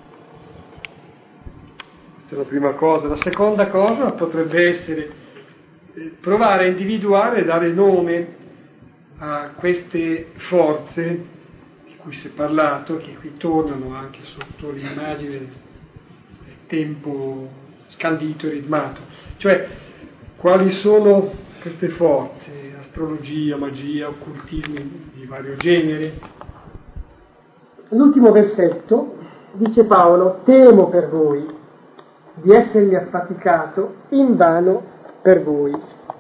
Questa è la prima cosa. La seconda cosa potrebbe essere provare a individuare e dare nome a queste forze di cui si è parlato, che qui tornano anche sotto l'immagine del tempo scandito e ritmato. Cioè, quali sono queste forze? Astrologia, magia, occultismi di vario genere. L'ultimo versetto dice Paolo: temo per voi di essermi affaticato invano per voi.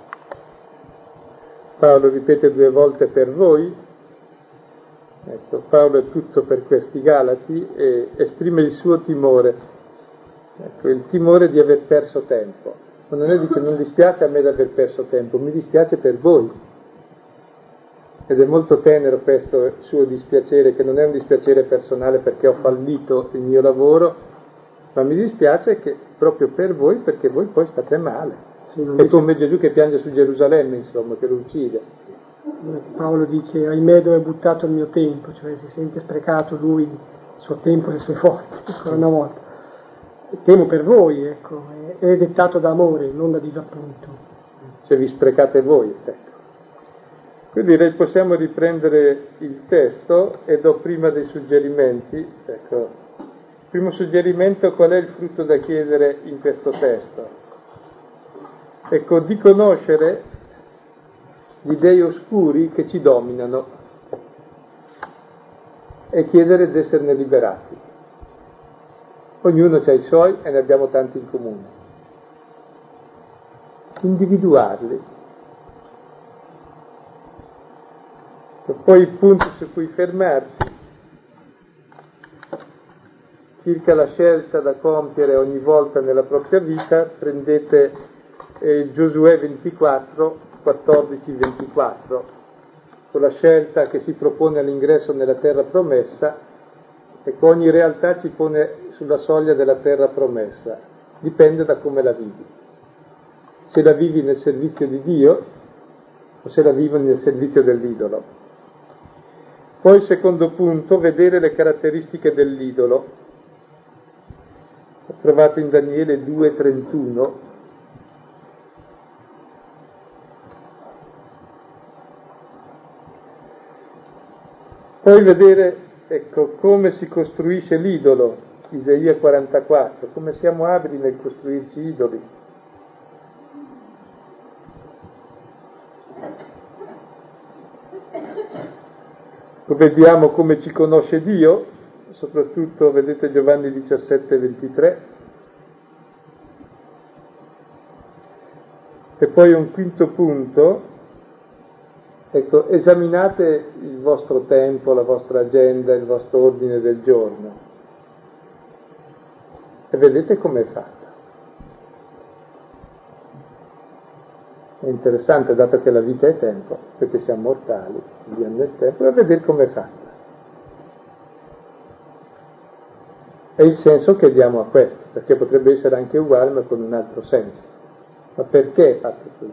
Paolo ripete 2 volte per voi. Ecco, Paolo è tutto per questi Galati e esprime il suo timore, ecco, il timore di aver perso tempo. Quando lei dice non dispiace a me di aver perso tempo, mi dispiace per voi. Ed è molto tenero questo suo dispiacere, che non è un dispiacere personale perché ho fallito il mio lavoro, ma mi dispiace che proprio per voi, perché voi poi state male. Sì, è come Gesù che piange su Gerusalemme, insomma, che lo uccide. Paolo dice: ahimè, dove ho buttato il mio tempo, cioè si sente sprecato lui il suo tempo e le sue forze, ancora una volta. Temo per voi, ecco, è dettato da amore, non da disappunto. Se vi sprecate voi, ecco. Quindi direi possiamo riprendere il testo e do prima dei suggerimenti. Ecco, primo suggerimento: qual è il frutto da chiedere in questo testo? Ecco, di conoscere gli dei oscuri che ci dominano e chiedere di esserne liberati. Ognuno ha i suoi e ne abbiamo tanti in comune. Individuarli. E poi il punto su cui fermarsi, circa la scelta da compiere ogni volta nella propria vita, prendete Giosuè 24, 14-24, con la scelta che si propone all'ingresso nella terra promessa. Ecco, ogni realtà ci pone sulla soglia della terra promessa, dipende da come la vivi. Se la vivi nel servizio di Dio o se la vivi nel servizio dell'idolo. Poi il secondo punto, vedere le caratteristiche dell'idolo. Ho trovato in Daniele 2,31. Poi vedere, ecco, come si costruisce l'idolo, Isaia 44, come siamo abili nel costruirci idoli. Vediamo come ci conosce Dio, soprattutto vedete Giovanni 17,23. E poi un quinto punto, ecco, esaminate il vostro tempo, la vostra agenda, il vostro ordine del giorno e vedete com'è fatta. È interessante, dato che la vita è tempo, perché siamo mortali, viviamo nel tempo, e vedere com'è fatta. È il senso che diamo a questo, perché potrebbe essere anche uguale ma con un altro senso. Ma perché è fatto così?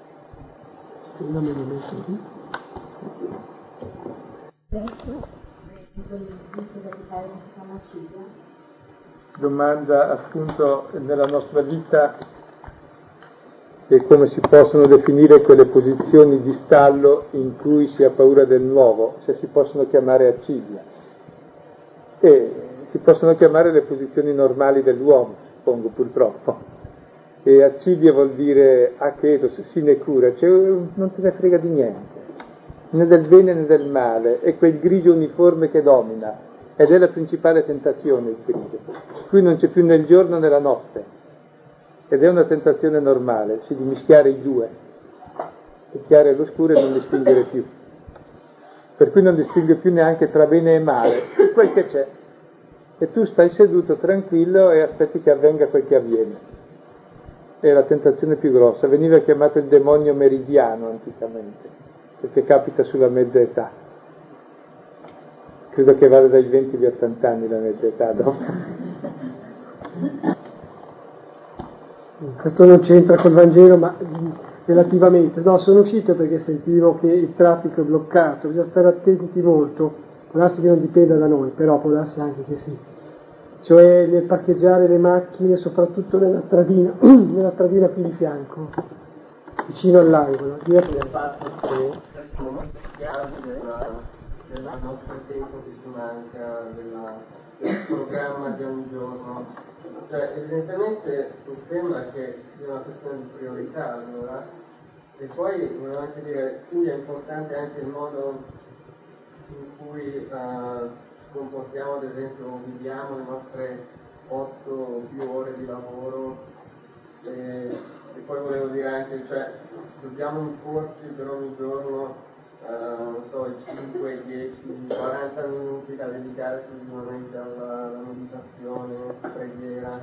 Domanda appunto nella nostra vita e come si possono definire quelle posizioni di stallo in cui si ha paura del nuovo, se si possono chiamare accidia. E si possono chiamare le posizioni normali dell'uomo, suppongo, purtroppo. E accidia vuol dire achedos, sinecura, cioè non te ne frega di niente, né del bene né del male, è quel grigio uniforme che domina, ed è la principale tentazione il grigio. Qui non c'è più né il giorno né la notte. Ed è una tentazione normale, di mischiare i due, il chiaro e l'oscuro e non distinguere più. per cui non distingue più neanche tra bene e male, quel che c'è. E tu stai seduto tranquillo e aspetti che avvenga quel che avviene. È la tentazione più grossa. Veniva chiamato il demonio meridiano anticamente, perché capita sulla mezza età. Credo che vada dai 20 agli 80 anni la mezza età dopo. Questo non c'entra col Vangelo, ma relativamente. No, sono uscito perché sentivo che il traffico è bloccato, bisogna stare attenti molto, può darsi che non dipenda da noi, però può darsi anche che sì. Cioè nel parcheggiare le macchine, soprattutto nella stradina qui di fianco, vicino all'angolo, dietro le parti. Siamo schiavi del nostro tempo che ci manca, del programma di ogni giorno. Cioè, evidentemente il tema è che sia una questione di priorità, allora. E poi volevo anche dire, quindi è importante anche il modo in cui comportiamo, ad esempio, viviamo le nostre 8 o più ore di lavoro, e poi volevo dire anche, cioè, dobbiamo imporci per ogni giorno, non so, 5, 10, 40 minuti da dedicare esclusivamente alla meditazione, preghiera,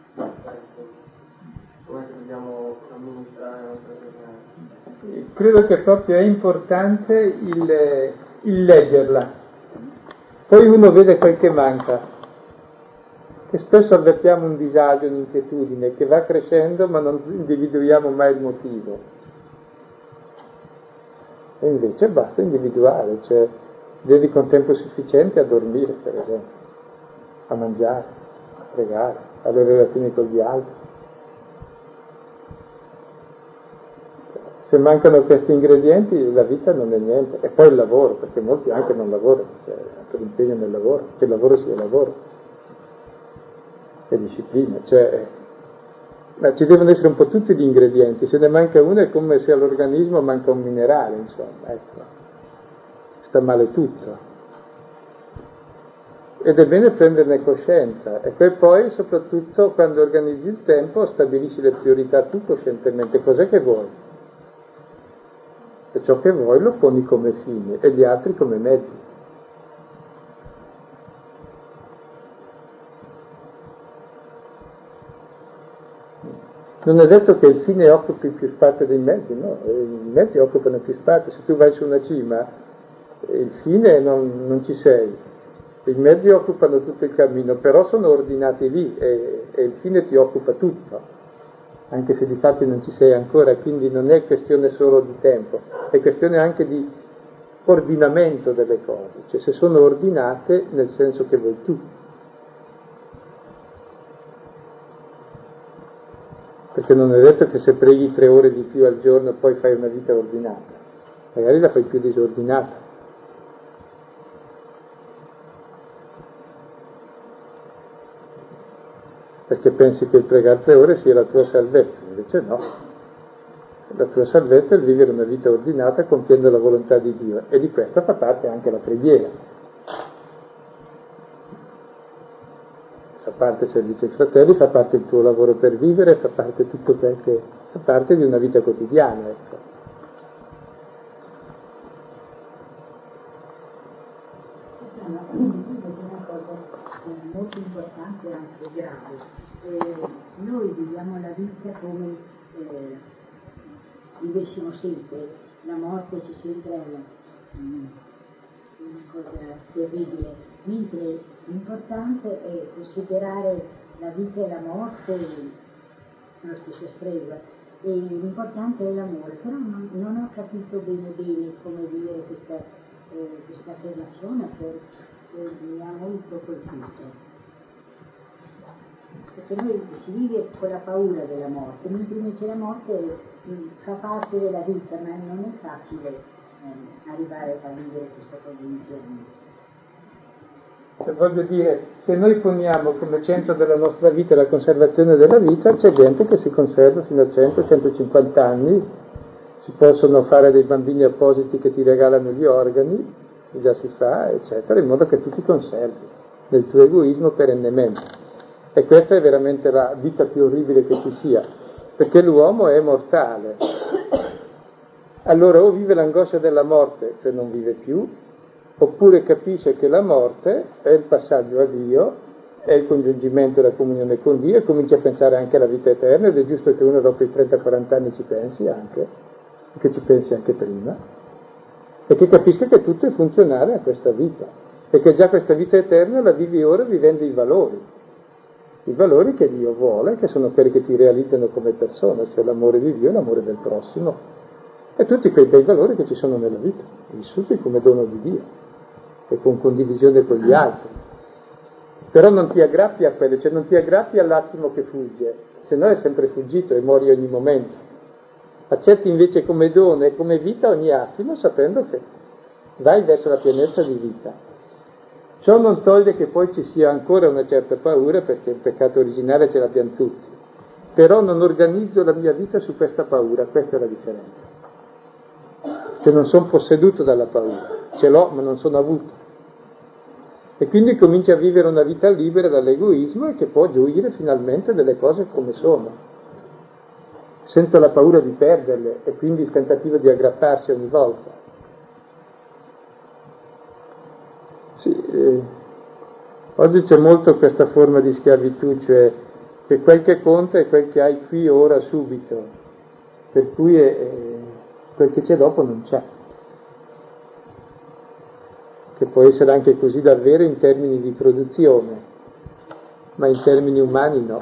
come dobbiamo amministrare la nostra giornata. Credo che proprio è importante il leggerla. Poi uno vede quel che manca, che spesso avvertiamo un disagio, un'inquietudine che va crescendo ma non individuiamo mai il motivo. E invece basta individuare, cioè dedico tempo sufficiente a dormire, per esempio, a mangiare, a pregare, alle relazioni con gli altri. Se mancano questi ingredienti la vita non è niente. E poi il lavoro, perché molti anche non lavorano, cioè anche l'impegno nel lavoro, che il lavoro sia lavoro, e disciplina, cioè, ma ci devono essere un po' tutti gli ingredienti, se ne manca uno è come se all'organismo manca un minerale, insomma, ecco, sta male tutto. Ed è bene prenderne coscienza, e poi soprattutto quando organizzi il tempo stabilisci le priorità tu coscientemente, cos'è che vuoi? E ciò che vuoi lo poni come fine e gli altri come mezzi. Non è detto che il fine occupi più spazio dei mezzi, no, i mezzi occupano più spazio. Se tu vai su una cima, il fine non ci sei, i mezzi occupano tutto il cammino, però sono ordinati lì e il fine ti occupa tutto, anche se di fatto non ci sei ancora, quindi non è questione solo di tempo, è questione anche di ordinamento delle cose, cioè se sono ordinate nel senso che vuoi tu. Perché non è detto che se preghi 3 ore di più al giorno poi fai una vita ordinata, magari la fai più disordinata. Perché pensi che il pregare 3 ore sia la tua salvezza, invece no. La tua salvezza è il vivere una vita ordinata compiendo la volontà di Dio, e di questa fa parte anche la preghiera. Fa parte il servizio ai fratelli, fa parte il tuo lavoro per vivere, fa parte tutto quel che fa parte di una vita quotidiana, ecco. Una cosa molto importante e anche grave. Noi viviamo la vita come vivessimo sempre, la morte ci sembra una cosa terribile, mentre l'importante è considerare la vita e la morte nello stesso stregua, e l'importante è l'amore, però non ho capito bene come dire questa affermazione che mi ha molto colpito. Perché noi si vive con la paura della morte, mentre invece la morte fa parte della vita, ma non è facile arrivare a vivere questa convinzione. Voglio dire, se noi poniamo come centro della nostra vita la conservazione della vita, c'è gente che si conserva fino a 100-150 anni, si possono fare dei bambini appositi che ti regalano gli organi, già si fa, eccetera, in modo che tu ti conservi nel tuo egoismo perennemente. E questa è veramente la vita più orribile che ci sia, perché l'uomo è mortale. Allora o vive l'angoscia della morte, cioè non vive più, oppure capisce che la morte è il passaggio a Dio, è il congiungimento della comunione con Dio, e comincia a pensare anche alla vita eterna, ed è giusto che uno dopo i 30-40 anni ci pensi anche, e che ci pensi anche prima, e che capisca che tutto è funzionale a questa vita, e che già questa vita eterna la vivi ora vivendo i valori che Dio vuole, che sono quelli che ti realizzano come persona, cioè l'amore di Dio e l'amore del prossimo, e tutti quei bei valori che ci sono nella vita, vissuti come dono di Dio, e con condivisione con gli altri. Però non ti aggrappi a quello, cioè non ti aggrappi all'attimo che fugge, se no è sempre fuggito e muori ogni momento. Accetti invece come dono e come vita ogni attimo, sapendo che vai verso la pienezza di vita. Ciò non toglie che poi ci sia ancora una certa paura, perché il peccato originale ce l'abbiamo tutti, però non organizzo la mia vita su questa paura, questa è la differenza. Cioè non sono posseduto dalla paura, ce l'ho ma non sono avuto. E quindi comincia a vivere una vita libera dall'egoismo e che può gioire finalmente delle cose come sono, senza la paura di perderle e quindi il tentativo di aggrapparsi ogni volta. Sì, oggi c'è molto questa forma di schiavitù, cioè che quel che conta è quel che hai qui, ora, subito, per cui quel che c'è dopo non c'è. Che può essere anche così davvero in termini di produzione, ma in termini umani no.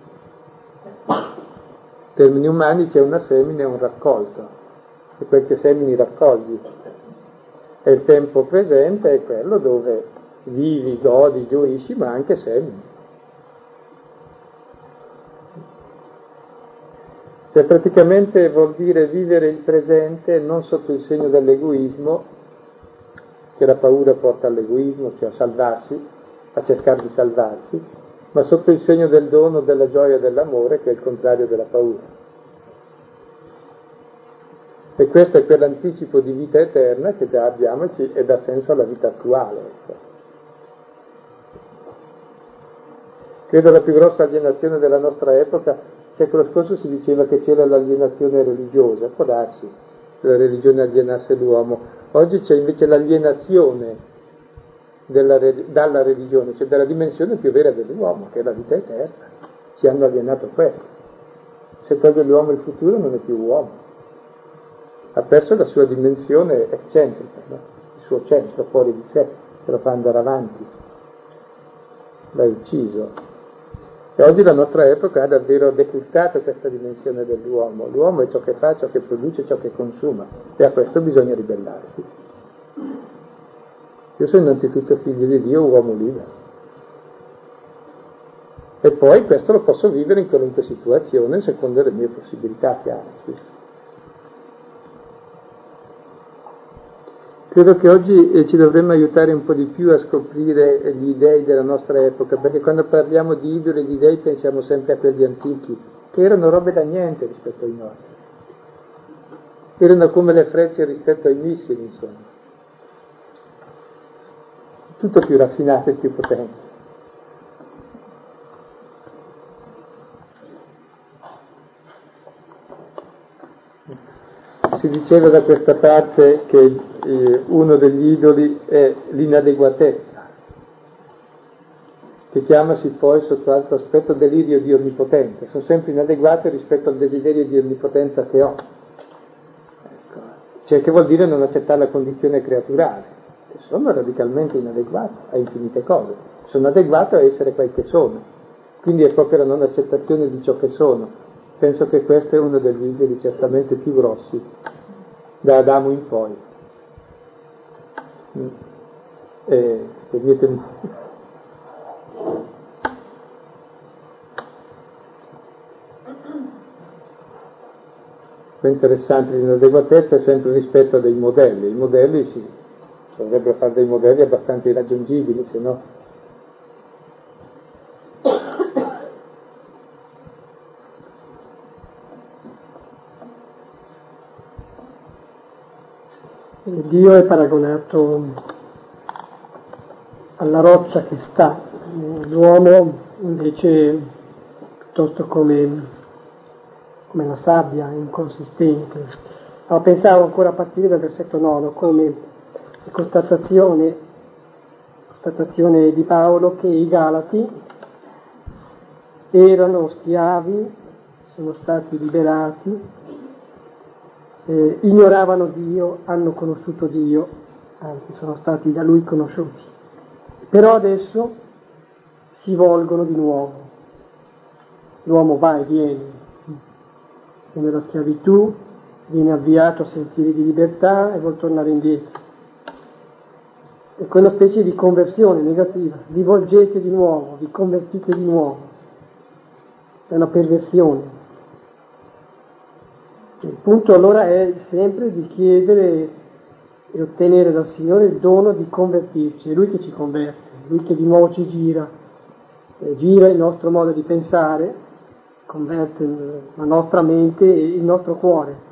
In termini umani c'è una semine e un raccolto, e quel che semini raccogli. E il tempo presente è quello dove vivi, godi, gioisci, ma anche semini. Cioè praticamente vuol dire vivere il presente non sotto il segno dell'egoismo, che la paura porta all'egoismo, cioè a salvarsi, a cercare di salvarsi, ma sotto il segno del dono, della gioia e dell'amore, che è il contrario della paura. E questo è quell'anticipo di vita eterna che già abbiamo e dà senso alla vita attuale. Ecco. Credo la più grossa alienazione della nostra epoca, il secolo scorso si diceva che c'era l'alienazione religiosa, può darsi che la religione alienasse l'uomo. Oggi c'è invece l'alienazione dalla religione, cioè dalla dimensione più vera dell'uomo, che è la vita eterna. Ci hanno alienato questo. Se toglie l'uomo il futuro non è più uomo. Ha perso la sua dimensione eccentrica, no? Il suo centro fuori di sé, se lo fa andare avanti. L'ha ucciso. E oggi la nostra epoca ha davvero decurtato questa dimensione dell'uomo. L'uomo è ciò che fa, ciò che produce, ciò che consuma, e a questo bisogna ribellarsi. Io sono innanzitutto figlio di Dio, uomo libero. E poi questo lo posso vivere in qualunque situazione, secondo le mie possibilità, chiaro. Sì. Credo che oggi ci dovremmo aiutare un po' di più a scoprire gli dei della nostra epoca, perché quando parliamo di idoli e di dei pensiamo sempre a quelli antichi, che erano robe da niente rispetto ai nostri. Erano come le frecce rispetto ai missili, insomma. Tutto più raffinato e più potente. Si diceva da questa parte che uno degli idoli è l'inadeguatezza, che chiamasi poi sotto altro aspetto delirio di onnipotenza. Sono sempre inadeguato rispetto al desiderio di onnipotenza che ho. Ecco. Cioè, che vuol dire non accettare la condizione creaturale. Sono radicalmente inadeguato a infinite cose. Sono adeguato a essere quel che sono. Quindi è proprio la non accettazione di ciò che sono. Penso che questo è uno degli idoli certamente più grossi da Adamo in poi. È interessante, l'inadeguatezza è sempre rispetto a dei modelli. I modelli si dovrebbero fare dei modelli abbastanza irraggiungibili, se no. Dio è paragonato alla roccia che sta, l'uomo invece piuttosto come la sabbia inconsistente. Allora, pensavo ancora a partire dal versetto 9 come constatazione di Paolo che i Galati erano schiavi, sono stati liberati, ignoravano Dio, hanno conosciuto Dio, anzi sono stati da Lui conosciuti, però adesso si volgono di nuovo, l'uomo va e viene nella schiavitù, viene avviato a sentieri di libertà e vuol tornare indietro. È quella specie di conversione negativa, vi volgete di nuovo, vi convertite di nuovo, è una perversione. Il punto allora è sempre di chiedere e ottenere dal Signore il dono di convertirci, è Lui che ci converte, è Lui che di nuovo ci gira il nostro modo di pensare, converte la nostra mente e il nostro cuore.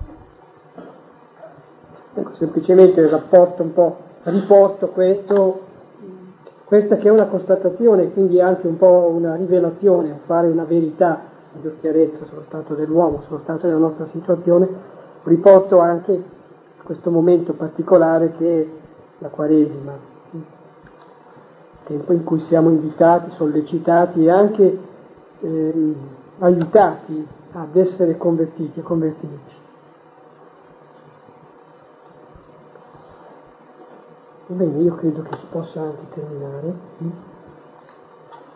Ecco, semplicemente il rapporto un po', riporto questa che è una constatazione, quindi anche un po' una rivelazione, fare una verità, io chiarezza sullo stato dell'uomo, sullo stato della nostra situazione, riporto anche questo momento particolare che è la Quaresima, tempo in cui siamo invitati, sollecitati e anche aiutati ad essere convertiti, a convertirci. Bene, io credo che si possa anche terminare.